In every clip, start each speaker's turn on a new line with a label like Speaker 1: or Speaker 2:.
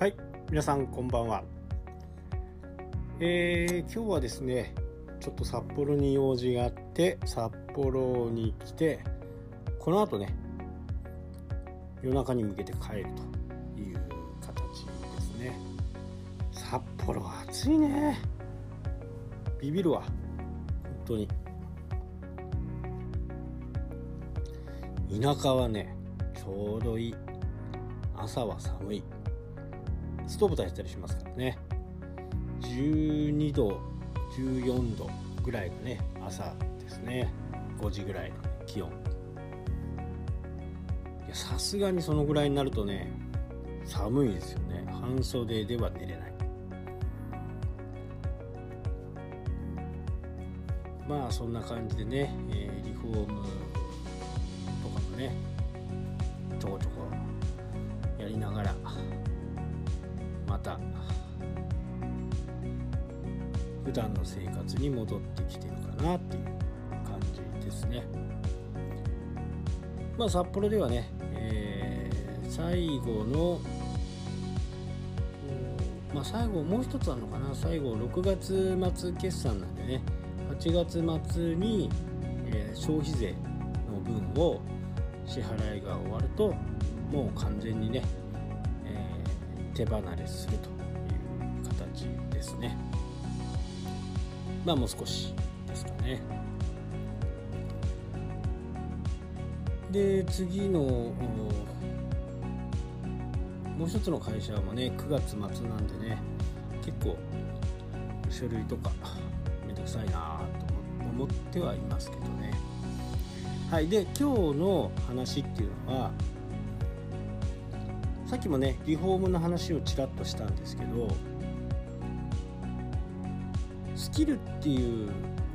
Speaker 1: はい、皆さんこんばんは。今日はですね、ちょっと札幌に用事があって札幌に来て、この後ね、夜中に向けて帰るという形ですね。札幌は暑いね。ビビるわ、本当に。田舎はね、ちょうどいい。朝は寒い。ストーブ焚いたりしますからね。12度14度ぐらいがね、朝ですね。5時ぐらいの気温。さすがにそのぐらいになるとね、寒いですよね。半袖では寝れない。まあそんな感じでね、リフォームとかもね、ちょこちょこやりながら、また普段の生活に戻ってきてるかなっていう感じですね。まあ札幌ではね、最後の最後もう一つあるのかな。最後6月末決算なんでね、8月末に、消費税の分を支払いが終わると、もう完全にね、手離れするという形ですね。まあもう少しですかね。で、次のもう一つの会社もね、9月末なんでね、結構書類とかめんどくさいなと思ってはいますけどね。はい。で、今日の話っていうのは、さっきもねリフォームの話をちらっとしたんですけど、スキルっていう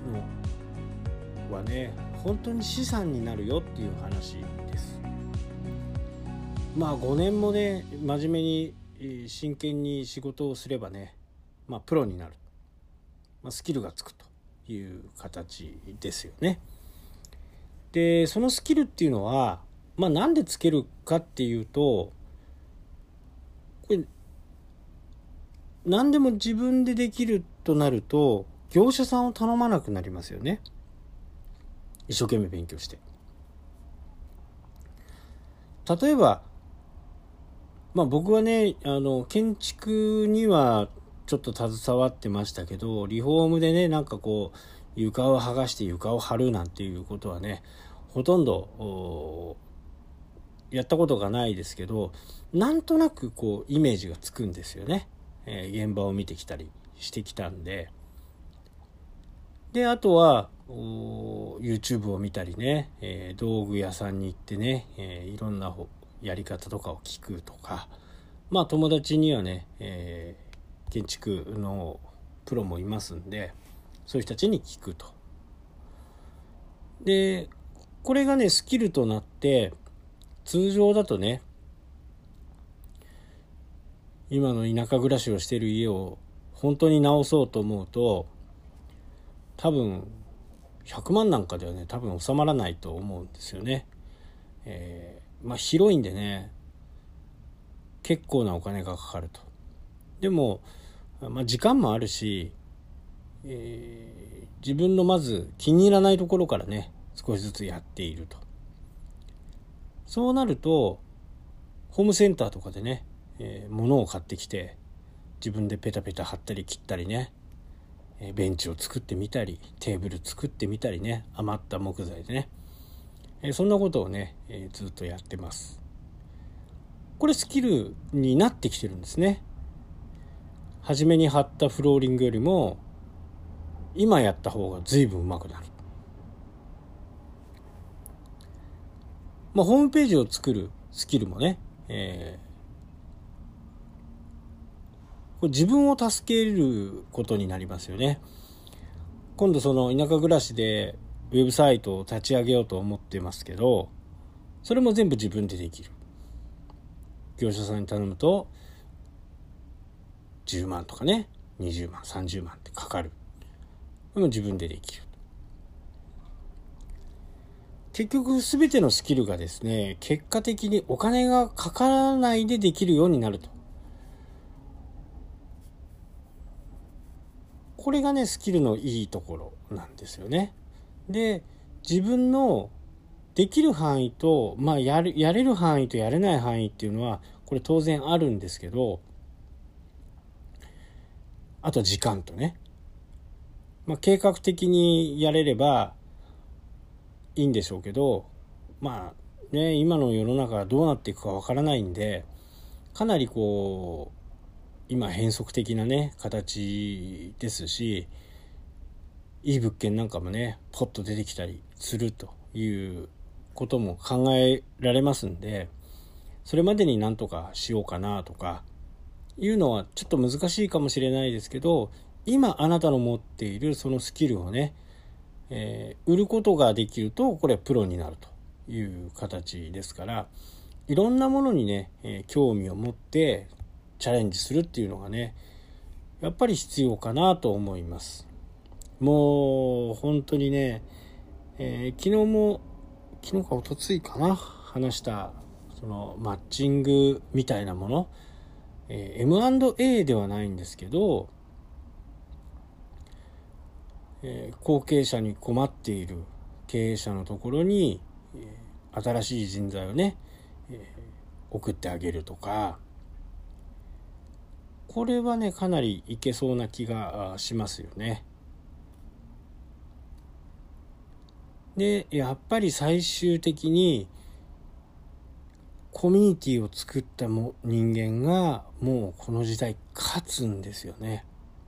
Speaker 1: のはね、本当に資産になるよっていう話です。まあ5年もね真面目に真剣に仕事をすればね、プロになる、スキルがつくという形ですよね。で、そのスキルっていうのはなんでつけるかっていうと、これ何でも自分でできるとなると業者さんを頼まなくなりますよね。一生懸命勉強して。例えば僕はね、建築にはちょっと携わってましたけど、リフォームでね、床を剥がして床を張るなんていうことはね、ほとんどやったことがないですけど、なんとなくイメージがつくんですよね。現場を見てきたりしてきたんで。で、あとはYouTube を見たりね、道具屋さんに行ってね、いろんなやり方とかを聞くとか、友達にはね、建築のプロもいますんで、そういう人たちに聞くと。で、これがねスキルとなって、通常だとね、今の田舎暮らしをしている家を本当に直そうと思うと、多分100万なんかではね、多分収まらないと思うんですよね。広いんでね、結構なお金がかかると。でも、時間もあるし、自分のまず気に入らないところからね、少しずつやっていると。そうなるとホームセンターとかでね、物を買ってきて自分でペタペタ貼ったり切ったりね、ベンチを作ってみたりテーブル作ってみたりね、余った木材でね、そんなことをね、ずっとやってます。これスキルになってきてるんですね。初めに貼ったフローリングよりも今やった方が随分上手くなる。ホームページを作るスキルもね、これ自分を助けることになりますよね。今度その田舎暮らしでウェブサイトを立ち上げようと思ってますけど、それも全部自分でできる。業者さんに頼むと10万とかね、20万30万ってかかる。でも自分でできる。結局全てのスキルがですね、結果的にお金がかからないでできるようになるとこれがねスキルのいいところなんですよね。で、自分のできる範囲と、やれる範囲とやれない範囲っていうのはこれ当然あるんですけど、あと時間とね、計画的にやれればいいんでしょうけど、今の世の中がどうなっていくかわからないんで、かなり今変則的なね形ですし、いい物件なんかもねポッと出てきたりするということも考えられますんで、それまでになんとかしようかなとかいうのはちょっと難しいかもしれないですけど、今あなたの持っているそのスキルをね、売ることができるとこれはプロになるという形ですから、いろんなものにね、興味を持ってチャレンジするっていうのがねやっぱり必要かなと思います。もう本当にね、昨日か一昨日かな話したそのマッチングみたいなもの、M&A ではないんですけど、後継者に困っている経営者のところに、新しい人材をね、送ってあげるとか、これはねかなりいけそうな気がしますよね。で、やっぱり最終的にコミュニティを作った人間がもうこの時代勝つんですよね。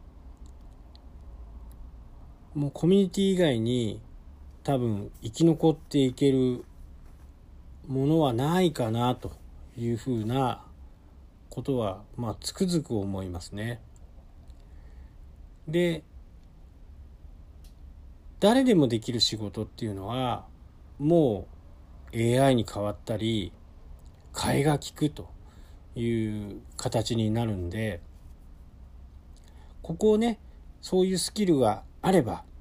Speaker 1: もうコミュニティ以外に多分生き残っていけるものはないかなというふうなことはつくづく思いますね。で、誰でもできる仕事っていうのはもう AI に変わったり替えが利くという形になるんで、ここをねそういうスキルがあれば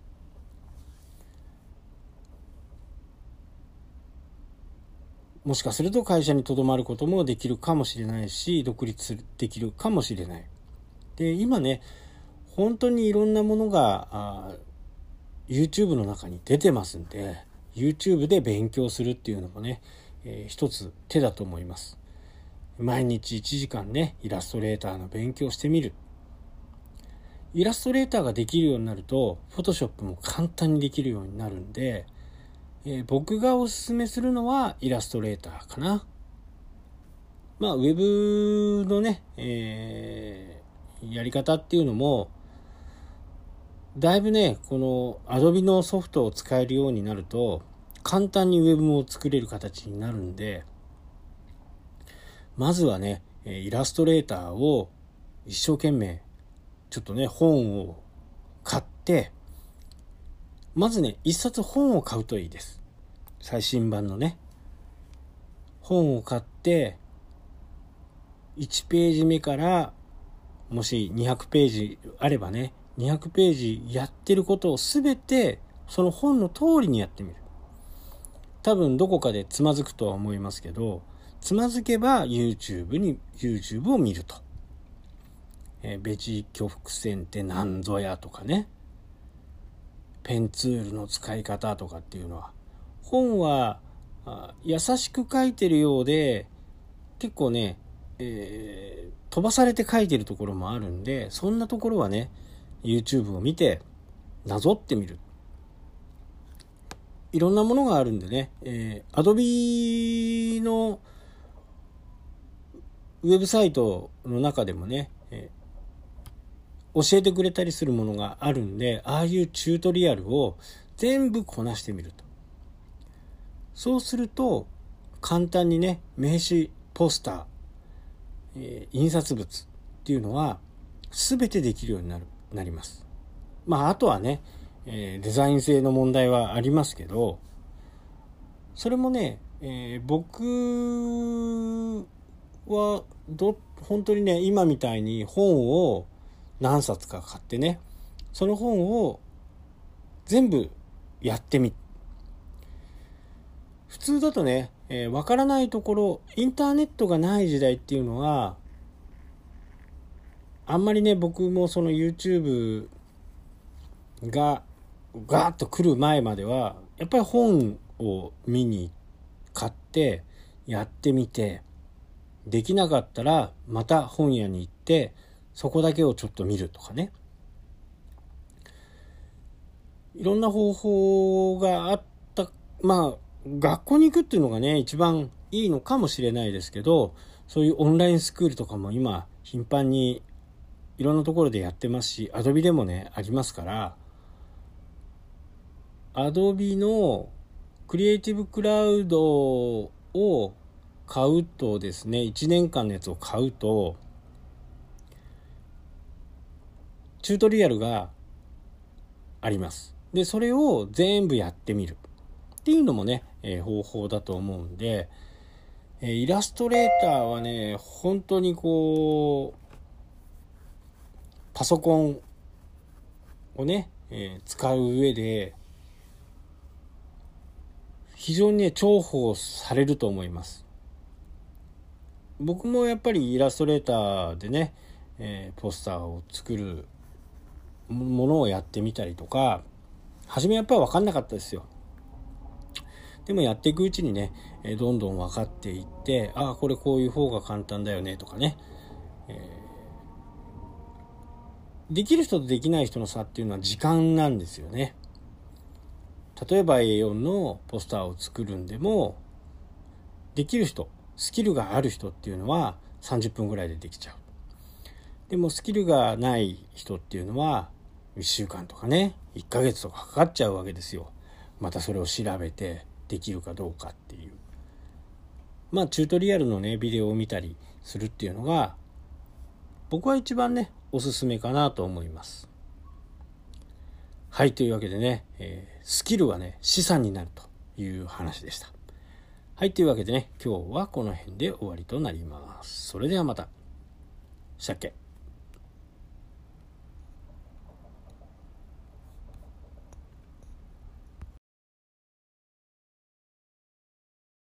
Speaker 1: もしかすると会社に留まることもできるかもしれないし、独立できるかもしれない。で、今ね本当にいろんなものがYouTube の中に出てますんで、 YouTube で勉強するっていうのもね、一つ手だと思います。毎日1時間ねイラストレーターの勉強してみる。イラストレーターができるようになると Photoshop も簡単にできるようになるんで、僕がおすすめするのはイラストレーターかな。ウェブのね、やり方っていうのもだいぶねこの Adobe のソフトを使えるようになると簡単にウェブも作れる形になるんで、まずはねイラストレーターを一生懸命ちょっとね本を買って、まずね一冊本を買うといいです。最新版のね本を買って1ページ目からもし200ページあればね200ページやってることを全てその本の通りにやってみる。多分どこかでつまずくとは思いますけど、つまずけば YouTube を見ると、ベジ曲線って何ぞやとかね、ペンツールの使い方とかっていうのは本は優しく書いてるようで結構ね、飛ばされて書いてるところもあるんで、そんなところはね YouTube を見てなぞってみる。いろんなものがあるんでね、Adobe のウェブサイトの中でもね、教えてくれたりするものがあるんで、ああいうチュートリアルを全部こなしてみると。そうすると簡単にね名刺、ポスター、印刷物っていうのは全てできるようになります。あとはね、デザイン性の問題はありますけど、それもね、僕は本当にね今みたいに本を何冊か買ってね、その本を全部やってみ、普通だとね、わからないところ、インターネットがない時代っていうのはあんまりね僕もその YouTube がガーッと来る前まではやっぱり本を見に買ってやってみて、できなかったらまた本屋に行ってそこだけをちょっと見るとかね、いろんな方法があった。まあ学校に行くっていうのがね一番いいのかもしれないですけど、そういうオンラインスクールとかも今頻繁にいろんなところでやってますし、アドビでもねありますから、アドビのクリエイティブクラウドを買うとですね、1年間のやつを買うとチュートリアルがあります。でそれを全部やってみるっていうのもね、方法だと思うんで、イラストレーターはね本当にこうパソコンをね、使う上で非常にね重宝されると思います。僕もやっぱりイラストレーターでね、ポスターを作るものをやってみたりとか、初めやっぱり分かんなかったですよ。でもやっていくうちにね、どんどん分かっていって、ああこれこういう方が簡単だよねとかね、できる人とできない人の差っていうのは時間なんですよね。例えば A4 のポスターを作るんでも、できる人、スキルがある人っていうのは30分ぐらいでできちゃう。でもスキルがない人っていうのは1週間とかね1ヶ月とかかかっちゃうわけですよ。またそれを調べてできるかどうかっていう、チュートリアルのねビデオを見たりするっていうのが僕は一番ねおすすめかなと思います。はい、というわけでね、スキルはね資産になるという話でした。はい、というわけでね今日はこの辺で終わりとなります。それではまた。したっけ。